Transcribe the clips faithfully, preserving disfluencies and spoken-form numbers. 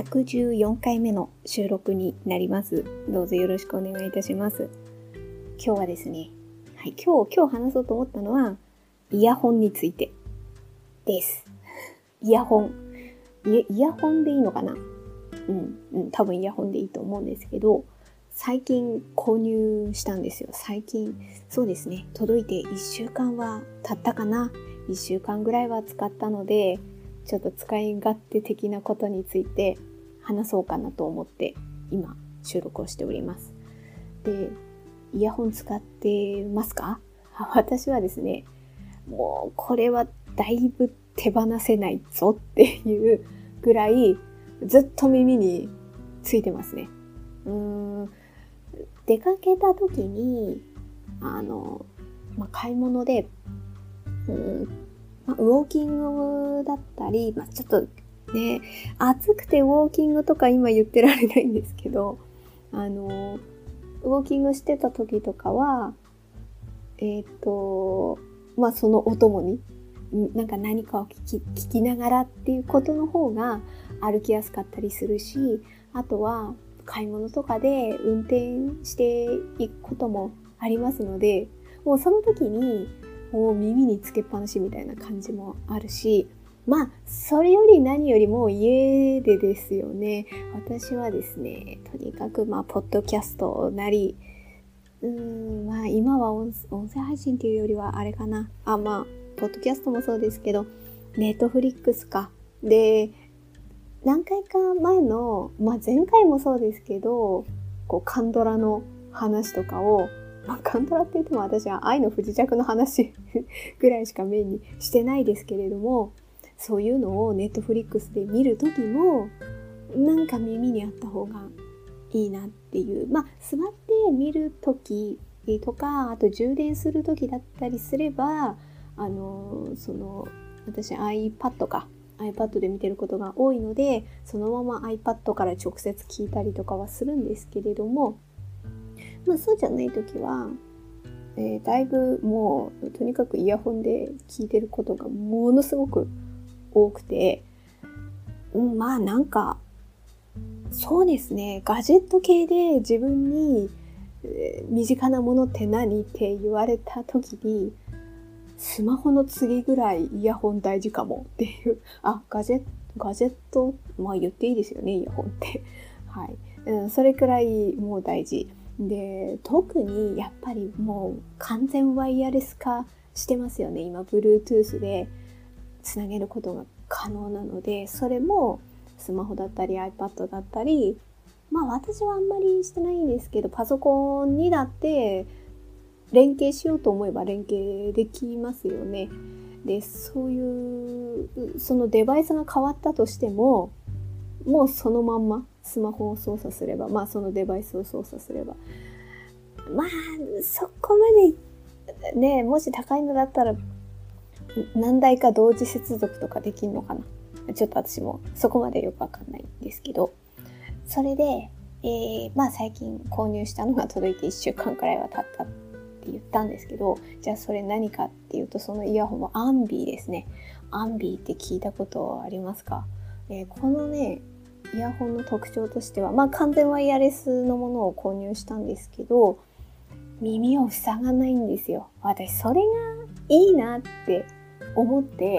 ひゃくじゅうよんかいめの収録になります。どうぞよろしくお願いいたします。今日はですね、はい、今日、今日話そうと思ったのは、イヤホンについてです。イヤホン。イ、イヤホンでいいのかな？うん、うん、多分イヤホンでいいと思うんですけど、最近購入したんですよ。最近、そうですね、届いていっしゅうかんは経ったかな。いっしゅうかんぐらいは使ったので、ちょっと使い勝手的なことについて話そうかなと思って今収録をしております。で、イヤホン使ってますか？私はですね、もうこれはだいぶ手放せないぞっていうぐらいずっと耳についてますね。うーん、出かけた時にあの、まあ、買い物でうーんまあ、ウォーキングだったり、まあ、ちょっとね、暑くてウォーキングとか今言ってられないんですけど、あの、ウォーキングしてた時とかは、えっと、まあ、そのお供に、なんか何かを聞き、聞きながらっていうことの方が歩きやすかったりするし、あとは買い物とかで運転していくこともありますので、もうその時に、もう耳につけっぱなしみたいな感じもあるし、まあそれより何よりも家でですよね。私はですね、とにかくまあポッドキャストなり、うーんまあ今は音声配信っていうよりはあれかな。あまあポッドキャストもそうですけど、ネットフリックスかで何回か前のまあ前回もそうですけど、こうカンドラの話とかをまあ、カンドラって言っても私は愛の不時着の話ぐらいしかメインにしてないですけれども、そういうのをネットフリックスで見るときもなんか耳にあった方がいいなっていう、まあ座って見るときとか、あと充電するときだったりすれば、あのその私 iPad か iPad で見てることが多いので、そのまま iPad から直接聞いたりとかはするんですけれども、まあそうじゃないときは、えー、だいぶもうとにかくイヤホンで聞いてることがものすごく多くて、うん、まあなんかそうですね、ガジェット系で自分に、えー、身近なものって何って言われたときに、スマホの次ぐらいイヤホン大事かもっていう、あ、ガジェット、ガジェット、まあ言っていいですよね、イヤホンって。はい、うん、それくらいもう大事。で、特にやっぱりもう完全ワイヤレス化してますよね。今 Bluetooth でつなげることが可能なので、それもスマホだったり iPad だったり、まあ私はあんまりしてないんですけど、パソコンにだって連携しようと思えば連携できますよね。で、そういうそのデバイスが変わったとしても、もうそのまんまスマホを操作すれば、まあそのデバイスを操作すれば、まあそこまでね、もし高いのだったら何台か同時接続とかできるのかな。ちょっと私もそこまでよくわかんないんですけど、それで、えー、まあ最近購入したのが届いていっしゅうかんくらいは経ったって言ったんですけど、じゃあそれ何かっていうと、そのイヤホンはアンビーですね。アンビーって聞いたことありますか？えー、このねイヤホンの特徴としては、まあ完全ワイヤレスのものを購入したんですけど、耳を塞がないんですよ。私それがいいなって思って、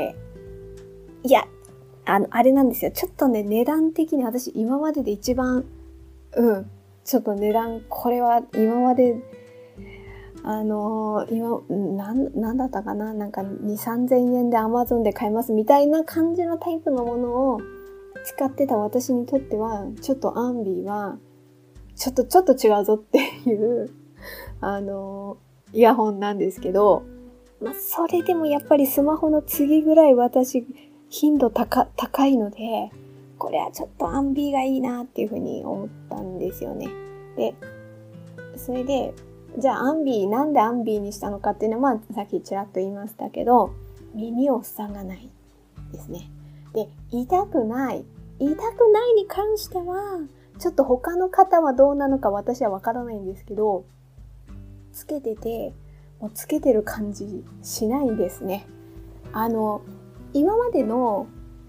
いや、あのあれなんですよ。ちょっとね値段的に私今までで一番うんちょっと値段、これは今まであのー、今なん、なんだったかな、なんかに、さんぜんえんで Amazon で買えますみたいな感じのタイプのものを使ってた私にとっては、ちょっとアンビーはちょっとちょっと違うぞっていうあのイヤホンなんですけど、まあそれでもやっぱりスマホの次ぐらい私頻度高高いので、これはちょっとアンビーがいいなっていうふうに思ったんですよね。で、それでじゃあアンビー、なんでアンビーにしたのかっていうのは、まあさっきちらっと言いましたけど、耳を塞がないですね。で、痛くない。痛くないに関しては、ちょっと他の方はどうなのか私はわからないんですけど、つけてて、もうつけてる感じしないですね。あの、今までの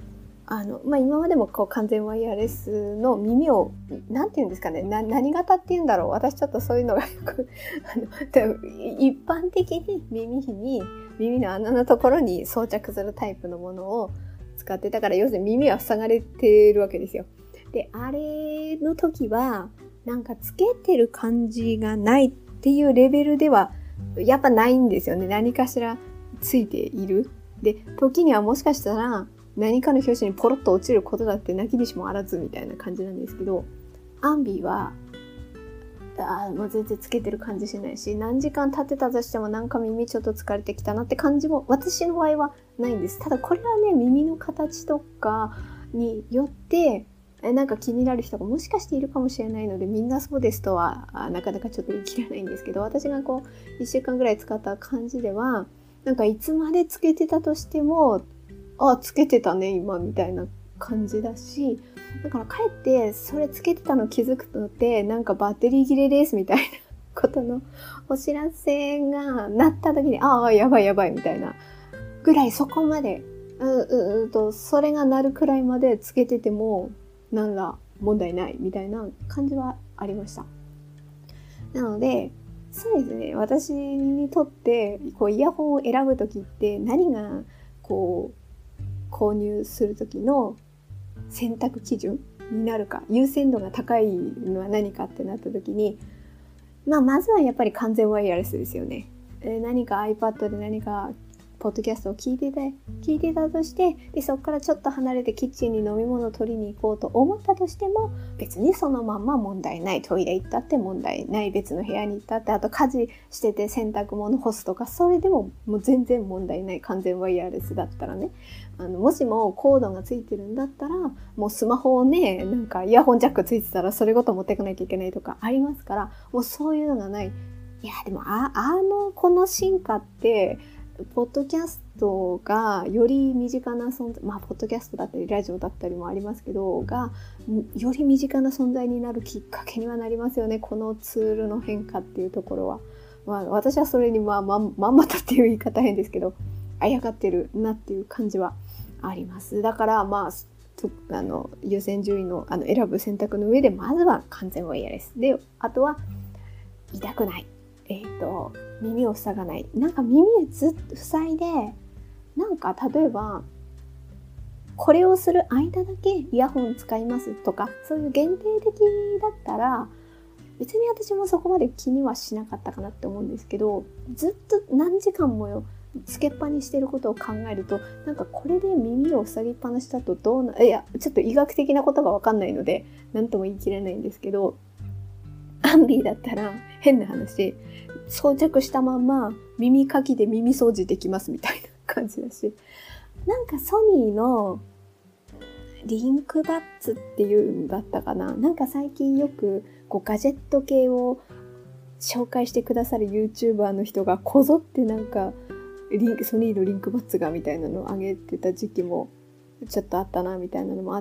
あの、まあ、今までもこう完全ワイヤレスの耳を、なんていうんですかね、な何型っていうんだろう。私ちょっとそういうのがよく、あの、一般的に耳に、耳の穴のところに装着するタイプのものを使ってたから、要するに耳は塞がれてるわけですよ。で、あれの時は、なんかつけてる感じがないっていうレベルでは、やっぱないんですよね。何かしらついている。で、時にはもしかしたら、何かの拍子にポロッと落ちることだって泣きにしもあらずみたいな感じなんですけど、アンビはあもう全然つけてる感じしないし、何時間経ってたとしてもなんか耳ちょっと疲れてきたなって感じも私の場合はないんです。ただこれはね、耳の形とかによってなんか気になる人がもしかしているかもしれないので、みんなそうですとはなかなかちょっと言い切れないんですけど、私がこういっしゅうかんぐらい使った感じでは、なんかいつまでつけてたとしても、あ、つけてたね今みたいな感じだし、だからかえってそれつけてたの気づくのってなんかバッテリー切れですみたいなことのお知らせが鳴った時に、ああやばいやばいみたいなぐらい、そこまでうううとそれが鳴るくらいまでつけてても何ら問題ないみたいな感じはありました。なのでそうですね、私にとってこうイヤホンを選ぶ時って何がこう購入する時の選択基準になるか、優先度が高いのは何かってなった時に、まあまずはやっぱり完全ワイヤレスですよね。えー、何か iPad で何かポッドキャストを聞いてた聞いてたとして、でそこからちょっと離れてキッチンに飲み物を取りに行こうと思ったとしても、別にそのまんま問題ない。トイレ行ったって問題ない。別の部屋に行ったって、あと家事してて洗濯物干すとか、それでももう全然問題ない。完全ワイヤレスだったらね、あのもしもコードがついてるんだったら、もうスマホをね、なんかイヤホンジャックついてたらそれごと持っていかなきゃいけないとかありますから、もうそういうのがない。いやでもああのこの進化ってポッドキャストがより身近な存在、まあポッドキャストだったりラジオだったりもありますけど、がより身近な存在になるきっかけにはなりますよね。このツールの変化っていうところは、まあ私はそれにまあまんまんまとっていう言い方変ですけど、あやかってるなっていう感じはあります。だからまああの優先順位のあの選ぶ選択の上で、まずは完全ワイヤレスで、あとは痛くない。えっと、耳を塞がない。なんか耳ずっと塞いで、なんか例えば、これをする間だけイヤホン使いますとか、そういう限定的だったら、別に私もそこまで気にはしなかったかなって思うんですけど、ずっと何時間もよ、つけっぱにしてることを考えると、なんかこれで耳を塞ぎっぱなしだとどうな、いや、ちょっと医学的なことがわかんないので、なんとも言い切れないんですけど、アンビーだったら変な話、装着したまま耳かきで耳掃除できますみたいな感じだし、なんかソニーのリンクバッツっていうんだったかな、なんか最近よくこうガジェット系を紹介してくださる YouTuber の人がこぞってなんかリンクソニーのリンクバッツがみたいなのを上げてた時期もちょっとあったなみたいなのもあって、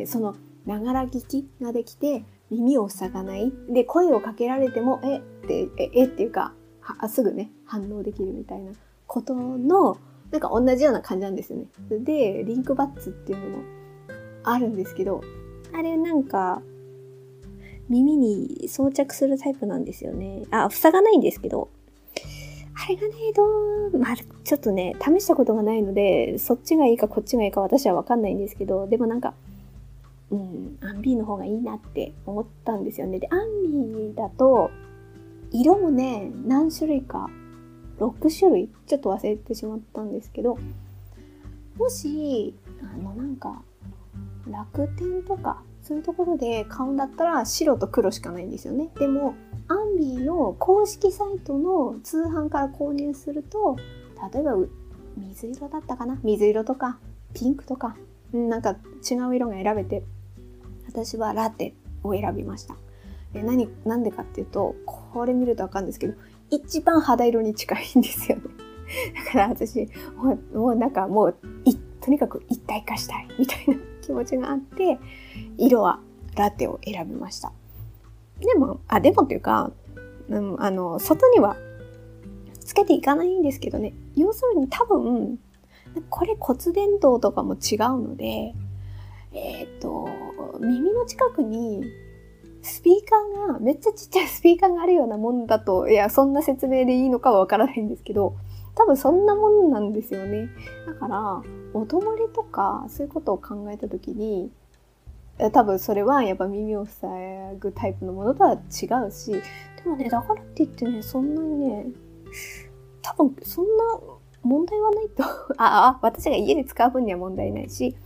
そのながら聞きができて耳を塞がないで、声をかけられてもえってええっていうかはすぐね反応できるみたいなことのなんか同じような感じなんですよね。でリンクバッツっていうのもあるんですけど、あれなんか耳に装着するタイプなんですよね。あ、塞がないんですけど、あれがね、どう、まあ、ちょっとね、試したことがないので、そっちがいいかこっちがいいか私はわかんないんですけど、でもなんか、うん、アンビーの方がいいなって思ったんですよね。で、アンビーだと、色もね、何種類か、ろくしゅるいちょっと忘れてしまったんですけど、もし、あの、なんか、楽天とか、そういうところで買うんだったら白と黒しかないんですよね。でもアンビーの公式サイトの通販から購入すると、例えば水色だったかな、水色とかピンクとかなんか違う色が選べて、私はラテを選びました。で何なんでかっていうと、これ見ると分かるんですけど、一番肌色に近いんですよね。だから私もう、もうなんかもういとにかく一体化したいみたいな気持ちがあって、色はラテを選びました。でも、あ、でもっていうか、うん、あの、外にはつけていかないんですけどね。要するに多分、これ骨伝導とかも違うので、 えっと、耳の近くにスピーカーが、めっちゃちっちゃいスピーカーがあるようなもんだと、いや、そんな説明でいいのかはわからないんですけど、多分そんなもんなんですよね。だから、音漏れとか、そういうことを考えたときに、多分それはやっぱ耳を塞ぐタイプのものとは違うし、でもね、だからって言ってね、そんなにね、多分そんな問題はないと。ああ、私が家で使う分には問題ないし、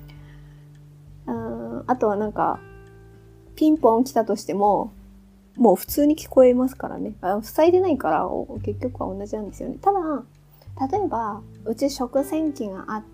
あ, あとはなんか、ピンポン来たとしても、もう普通に聞こえますからね。あ塞いでないから結局は同じなんですよね。ただ、例えば、うち食洗機があって、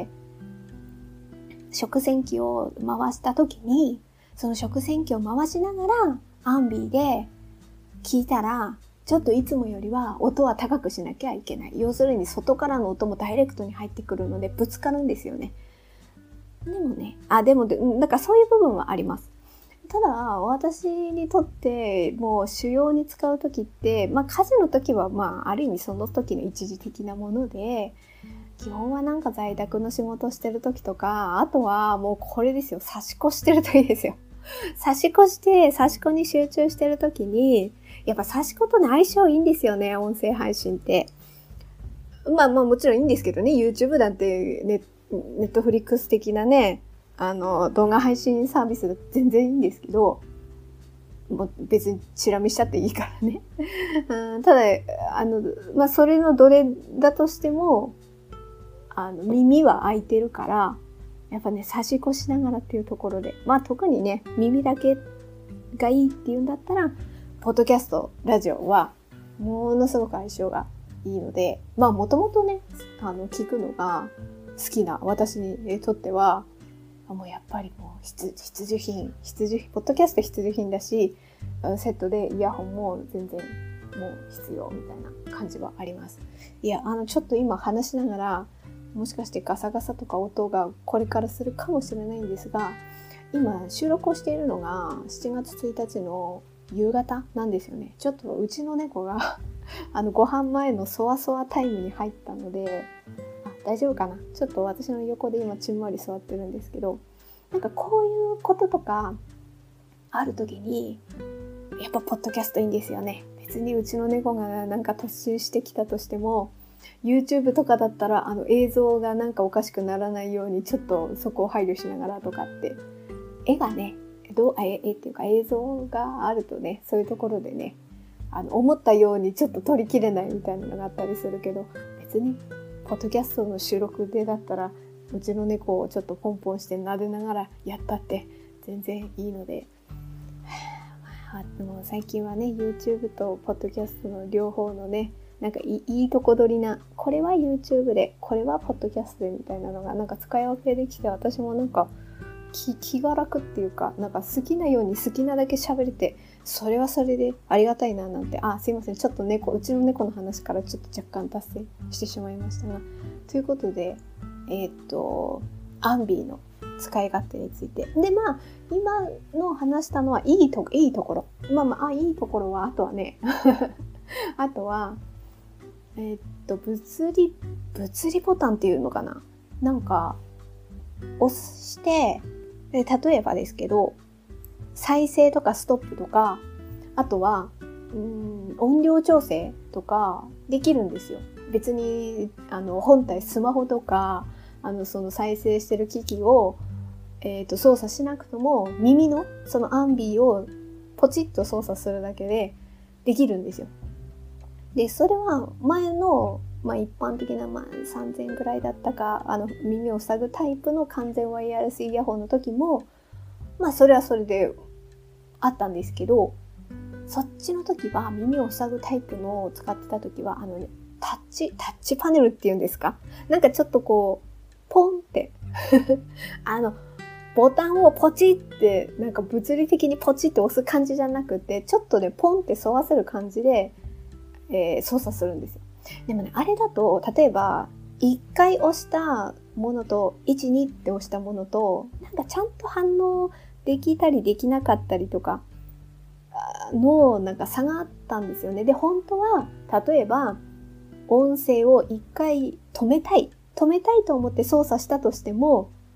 食洗機を回したときに、その食洗機を回しながら、アンビーで聞いたら、ちょっといつもよりは音は高くしなきゃいけない。要するに外からの音もダイレクトに入ってくるのでぶつかるんですよね。でもね、あ、でも、なんかそういう部分はあります。ただ、私にとってもう主要に使うときって、まあ家事のときはまあある意味その時の一時的なもので、基本はなんか在宅の仕事してるときとか、あとはもうこれですよ、差し越してるときですよ。差し越して、差し子に集中してるときに、やっぱ差し子との相性いいんですよね、音声配信って。まあまあもちろんいいんですけどね、YouTube だってネットフリックス的なね、あの動画配信サービスだって全然いいんですけど、もう別にチラ見しちゃっていいからね。うん、ただ、あの、まあそれのどれだとしても、あの耳は開いてるから、やっぱね、差し越しながらっていうところで、まあ特にね、耳だけがいいっていうんだったら、ポッドキャスト、ラジオはものすごく相性がいいので、まあもともとね、あの聞くのが好きな私にとっては、もうやっぱりもう必需品、必需品、ポッドキャスト必需品だし、セットでイヤホンも全然もう必要みたいな感じはあります。いや、あのちょっと今話しながら、もしかしてガサガサとか音がこれからするかもしれないんですが、今収録をしているのがしちがつついたちの夕方なんですよね。ちょっとうちの猫があのご飯前のそわそわタイムに入ったので、あ、大丈夫かな。ちょっと私の横で今ちんまり座ってるんですけど、なんかこういうこととかある時にやっぱポッドキャストいいんですよね。別にうちの猫がなんか突進してきたとしても、YouTube とかだったらあの映像がなんかおかしくならないようにちょっとそこを配慮しながらとかって、絵がね、どう絵絵っていうか映像があるとね、そういうところでね、あの思ったようにちょっと撮りきれないみたいなのがあったりするけど、別にポッドキャストの収録でだったらうちの猫をちょっとポンポンして撫でながらやったって全然いいので、はあ、でも最近はね YouTube とポッドキャストの両方のね、なんかい い, いいとこ取りな、これは YouTube でこれはポッドキャストでみたいなのがなんか使い分けできて、私もなんか 気, 気が楽っていうか、なんか好きなように好きなだけ喋れて、それはそれでありがたいななんて。あ、すいません、ちょっと猫、うちの猫の話からちょっと若干達成してしまいましたが、ということでえー、っとアンビーの使い勝手についてで、まあ今の話したのはいいといいところ、まあまああいいところは、あとはねあとはえー、っと物理物理ボタンっていうのかな、なんか押してで、例えばですけど再生とかストップとか、あとはうーん音量調整とかできるんですよ。別にあの本体スマホとかあのその再生してる機器を、えー、と操作しなくとも、耳のそのアンビーをポチッと操作するだけでできるんですよ。でそれは前の、まあ、一般的な、まあ、さんぜんえんぐらいだったか、あの耳を塞ぐタイプの完全ワイヤレスイヤホンの時も、まあそれはそれであったんですけど、そっちの時は耳を塞ぐタイプのを使ってた時はあの、ね、タッチタッチパネルっていうんですか、なんかちょっとこうポンってあのボタンをポチってなんか物理的にポチって押す感じじゃなくて、ちょっとねポンって沿わせる感じで、えー、操作するんですよ。でもね、あれだと例えばいっかい押したものといち、にって押したものとなんかちゃんと反応できたりできなかったりとかのなんか差があったんですよね。で本当は例えば音声をいっかい止めたい止めたいと思って操作したとしても、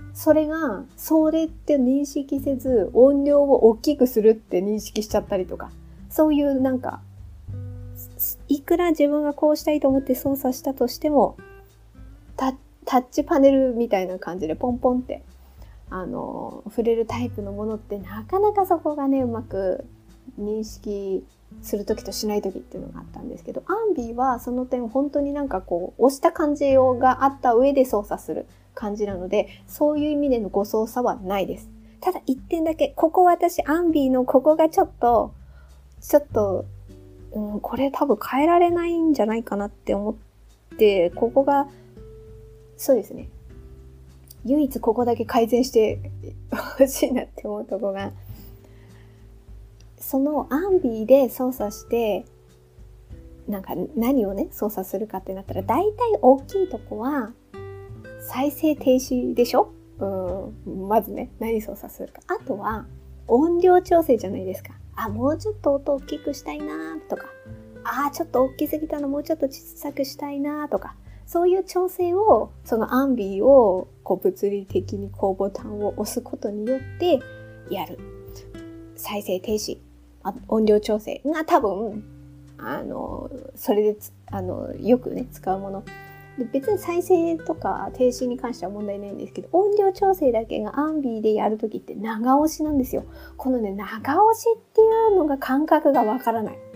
それがそれって認識せず音量を大きくするって認識しちゃったりとか、そういうなんかいくら自分がこうしたいと思って操作したとしてもタ、タッチパネルみたいな感じでポンポンってあの触れるタイプのものってなかなかそこがねうまく認識する時としない時っていうのがあったんですけど、アンビはその点本当になんかこう押した感じがあった上で操作する感じなので、そういう意味での誤操作はないです。ただ一点だけ、ここ私アンビのここがちょっとちょっと、うん、これ多分変えられないんじゃないかなって思って、ここがそうですね、唯一ここだけ改善してほしいなって思うところが、そのアンビで操作してなんか何をね操作するかってなったら、大体大きいとこは再生停止でしょ。うん、まずね何操作するか。あとは音量調整じゃないですか。あ、もうちょっと音大きくしたいなとか、あ、ちょっと大きすぎたのもうちょっと小さくしたいなとか、そういう調整をそのアンビをこう物理的にこうボタンを押すことによってやる。再生停止、音量調整が多分あのそれであのよくね使うもので、別に再生とか停止に関しては問題ないんですけど、音量調整だけがアンビでやるときって長押しなんですよ。このね長押しっていうのが感覚がわからない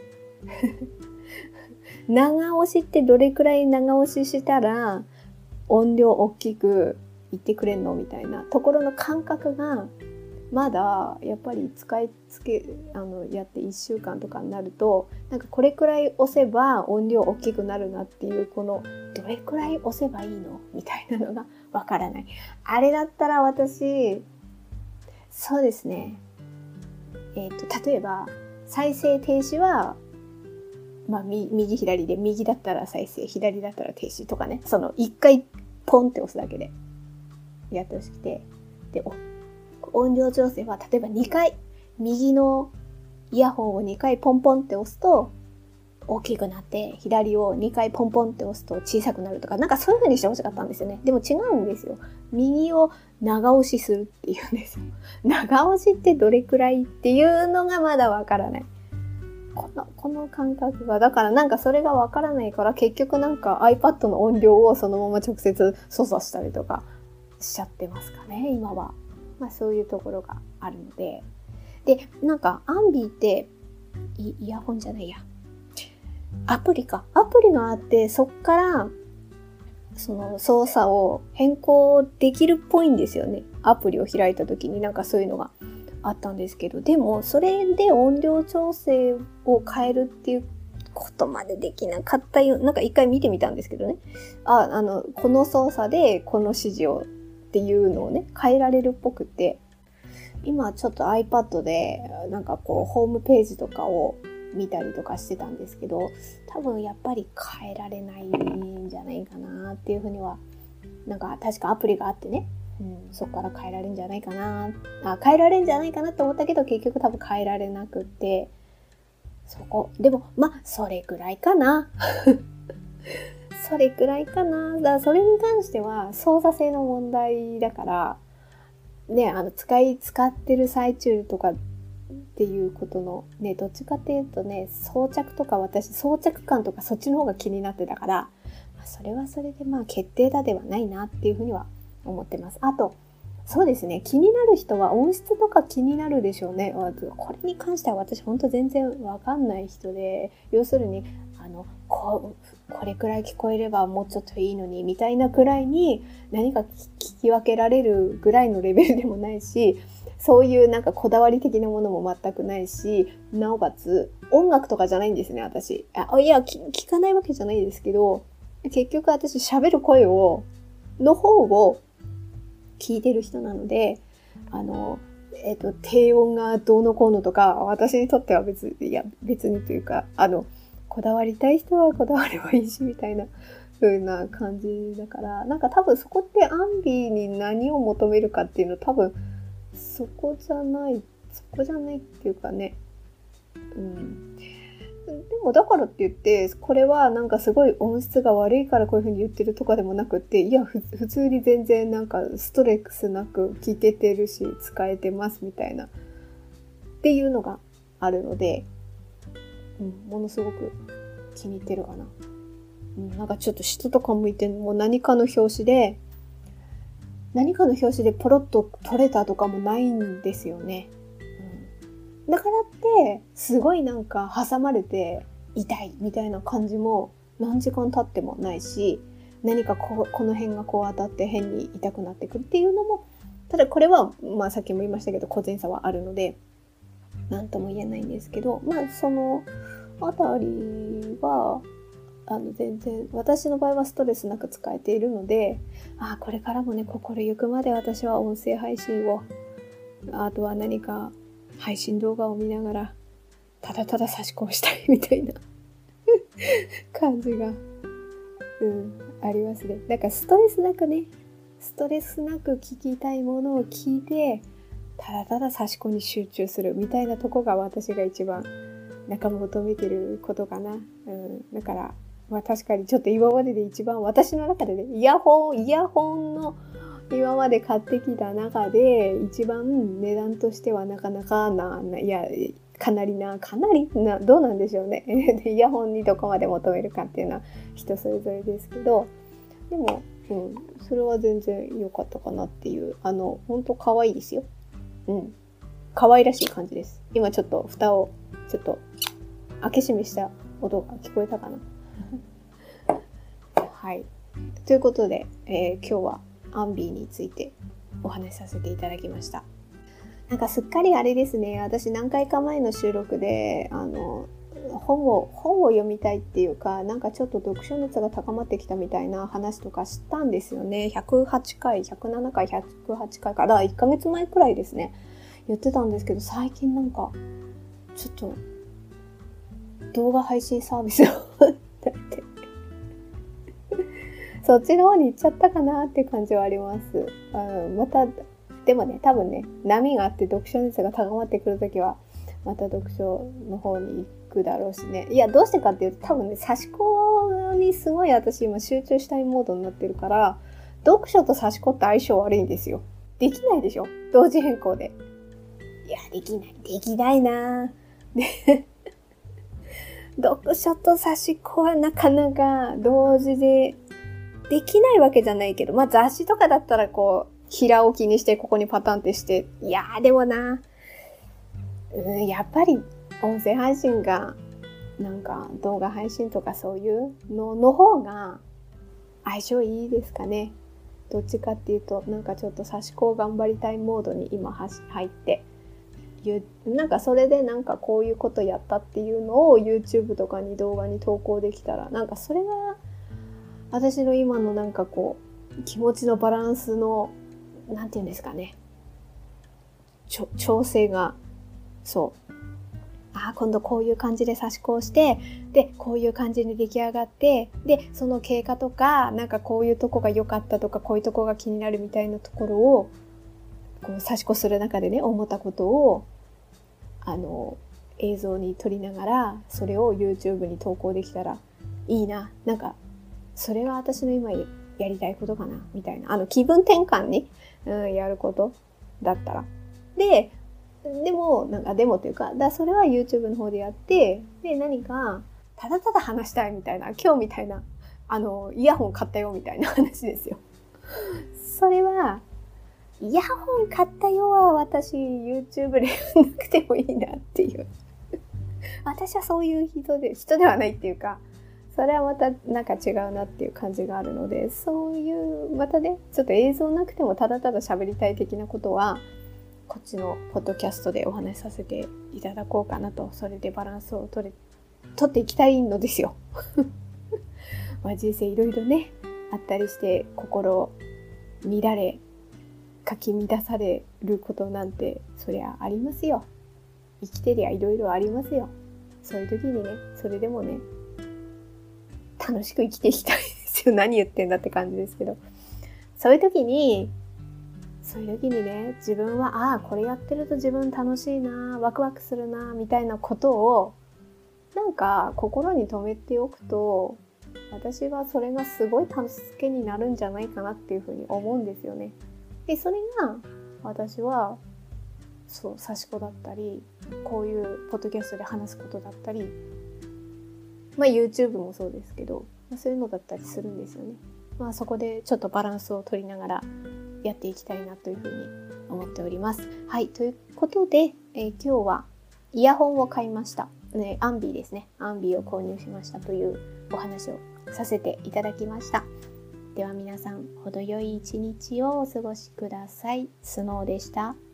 長押しってどれくらい長押ししたら音量大きく言ってくれんのみたいなところの感覚がまだやっぱり使いつけあのやっていっしゅうかんとかになると、なんかこれくらい押せば音量大きくなるなっていう、このどれくらい押せばいいのみたいなのがわからない。あれだったら私そうですね、えーと、例えば再生停止は、まあ、右左で、右だったら再生、左だったら停止とかね、その一回ポンって押すだけでやってほしくて、で音量調整は例えばにかい、右のイヤホンをにかいポンポンって押すと大きくなって、左をにかいポンポンって押すと小さくなるとか、なんかそういう風にしてほしかったんですよね。でも違うんですよ。右を長押しするっていうんですよ。長押しってどれくらいっていうのがまだわからない。この、この感覚が、だからなんかそれがわからないから、結局なんか iPad の音量をそのまま直接操作したりとかしちゃってますかね、今は。まあそういうところがあるので。で、なんかアンビってイ、イヤホンじゃないや。アプリか。アプリがあって、そっからその操作を変更できるっぽいんですよね。アプリを開いた時になんかそういうのがあったんですけど、でもそれで音量調整を変えるっていうことまでできなかったよ。なんか一回見てみたんですけどね。あ、あの、この操作でこの指示をっていうのをね、変えられるっぽくて、今ちょっと iPad でなんかこうホームページとかを見たりとかしてたんですけど、多分やっぱり変えられないんじゃないかなっていうふうには、なんか確かアプリがあってね、うん、そこから変えられるんじゃないかなあ変えられるんじゃないかなと思ったけど、結局多分変えられなくって、そこでもまあそれくらいかなそれくらいかな。だからそれに関しては操作性の問題だからね、あの使い使ってる最中とかっていうことのね、どっちかっていうとね、装着とか、私装着感とかそっちの方が気になってたから、まあ、それはそれでまあ決定打ではないなっていうふうには思ってます。あとそうですね、気になる人は音質とか気になるでしょうね。これに関しては私本当全然わかんない人で、要するにあのこうこれくらい聞こえればもうちょっといいのにみたいなくらいに何か聞き分けられるぐらいのレベルでもないし、そういうなんかこだわり的なものも全くないし、なおかつ音楽とかじゃないんですね、私。あ、いや、聞かないわけじゃないですけど、結局私喋る声をの方を聞いてる人なので、あの、えっと、低音がどうのこうのとか、私にとっては別、いや、別にというか、あの、こだわりたい人はこだわればいいし、みたいな風な感じだから、なんか多分そこってアンビに何を求めるかっていうの多分、そこじゃない、そこじゃないっていうかね、うん。 もだからって言ってこれはなんかすごい音質が悪いからこういう風に言ってるとかでもなくって、いやふ普通に全然なんかストレスなく聞けてるし使えてますみたいなっていうのがあるので、うん、ものすごく気に入ってるかな。うん、なんかちょっと人とか向いてもう何かの表紙で何かの表紙でポロッと取れたとかもないんですよね。うん、だからってすごいなんか挟まれて痛いみたいな感じも何時間経ってもないし、何かこうこの辺がこう当たって変に痛くなってくるっていうのも、ただこれはまあさっきも言いましたけど個人差はあるので何とも言えないんですけど、まあそのあたりはあの全然私の場合はストレスなく使えているので、あこれからもね心ゆくまで私は音声配信を、あとは何か配信動画を見ながらただただ差し込みしたいみたいな感じが、うん、ありますね。なんかストレスなくねストレスなく聞きたいものを聞いてただただ差し込みに集中するみたいなとこが私が一番なんか求めてることかな。うん、だからまあ確かにちょっと今までで一番私の中でね、イヤホン、イヤホンの今まで買ってきた中で一番値段としてはなかなかな、いや、かなりな、かなりな、どうなんでしょうね。イヤホンにどこまで求めるかっていうのは人それぞれですけど、でも、うん、それは全然良かったかなっていう、あの、ほんと可愛いですよ。うん。可愛らしい感じです。今ちょっと蓋をちょっと開け閉めした音が聞こえたかな。はい。ということで、えー、今日はアンビーについてお話しさせていただきました。なんかすっかりあれですね。私何回か前の収録であの本を本を読みたいっていうか、なんかちょっと読書熱が高まってきたみたいな話とかしたんですよね。ひゃくはちかい、ひゃくななかい、ひゃくはちかいからいっかげつまえくらいですね。言ってたんですけど、最近なんかちょっと動画配信サービスをだってそっちの方に行っちゃったかなっていう感じはあります。うん、またでもね、多分ね、波があって読書熱が高まってくるときはまた読書の方に行くだろうしね。いや、どうしてかっていうと、多分ね、差し子にすごい私今集中したいモードになってるから、読書と差し子って相性悪いんですよ。できないでしょ、同時変更で。いや、できないできないなで読書と差し子はなかなか同時でできないわけじゃないけど、まあ雑誌とかだったらこう平置きにしてここにパタンってして、いやーでもな、うん、やっぱり音声配信がなんか動画配信とかそういうのの方が相性いいですかね。どっちかっていうとなんかちょっと差し子を頑張りたいモードに今入って、なんかそれでなんかこういうことやったっていうのを YouTube とかに動画に投稿できたら、なんかそれが私の今のなんかこう気持ちのバランスのなんていうんですかね、ちょ調整が、そうあ今度こういう感じで差し子をして、でこういう感じに出来上がって、でその経過とかなんかこういうとこが良かったとかこういうとこが気になるみたいなところをこう差し子する中でね、思ったことをあの映像に撮りながらそれを YouTube に投稿できたらいいな、なんかそれが私の今やりたいことかなみたいな、あの気分転換に、うん、やることだったら、ででもなんかでもというか、だそれは YouTube の方でやって、で何かただただ話したいみたいな、今日みたいなあのイヤホン買ったよみたいな話ですよ。それはイヤホン買ったよは私 YouTube でやんなくてもいいなっていう私はそういう人で人ではないっていうか、それはまたなんか違うなっていう感じがあるので、そういうまたねちょっと映像なくてもただただ喋りたい的なことはこっちのポッドキャストでお話しさせていただこうかなと、それでバランスを取れ取っていきたいのですよ。まあ人生いろいろねあったりして心乱れかき乱されることなんてそりゃありますよ。生きてりゃいろいろありますよ。そういう時にね、それでもね楽しく生きていきたいですよ。何言ってんだって感じですけど、そういう時にそういう時にね、自分はああこれやってると自分楽しいな、ワクワクするなみたいなことをなんか心に留めておくと、私はそれがすごい助けになるんじゃないかなっていうふうに思うんですよね。で、それが私はそう刺し子だったり、こういうポッドキャストで話すことだったり、まあ YouTube もそうですけど、そういうのだったりするんですよね。まあそこでちょっとバランスを取りながらやっていきたいなというふうに思っております。はい、ということで、えー、今日はイヤホンを買いました。ね、アンビーですね。アンビーを購入しましたというお話をさせていただきました。では皆さん、程よい一日をお過ごしください。スノーでした。